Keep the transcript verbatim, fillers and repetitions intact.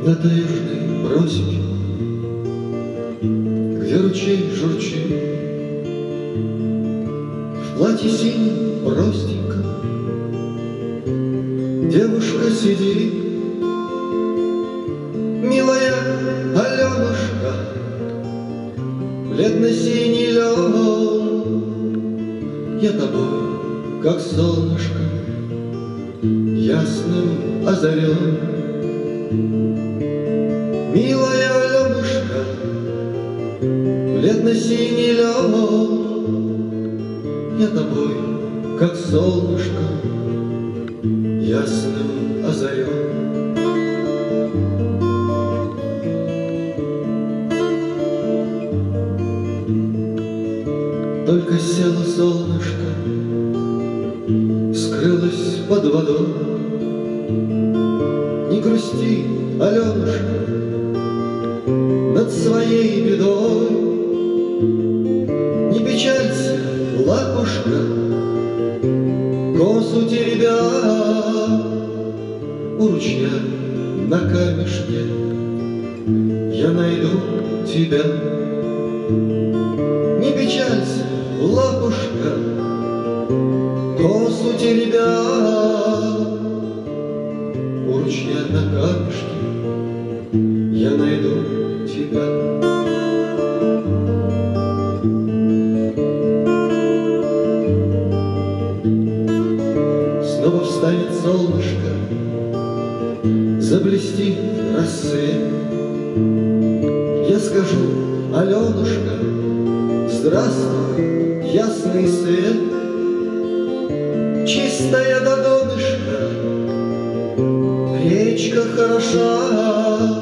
на таежной просеке, где ручей журчит, в платье синем простенько девушка сидит. Милая Аленушка, бледно-синий лед, я тобой, как солнышко, ясным озарен. Милая Аленушка, бледно-синий лед, я тобой, как солнышко, ясным озарен. Только село солнышко, скрылось под водой. Не грусти, Аленушка, над своей бедой. Не печалься, лапушка, косу теребя, у ручья на камешке я найду тебя. Не печалься, лапушка, косу теребя, у ручья на камешке я найду тебя. Снова встанет солнышко, заблестит рассвет. Я скажу: Аленушка, здравствуй, ясный свет. Чистая до донышка речка хороша,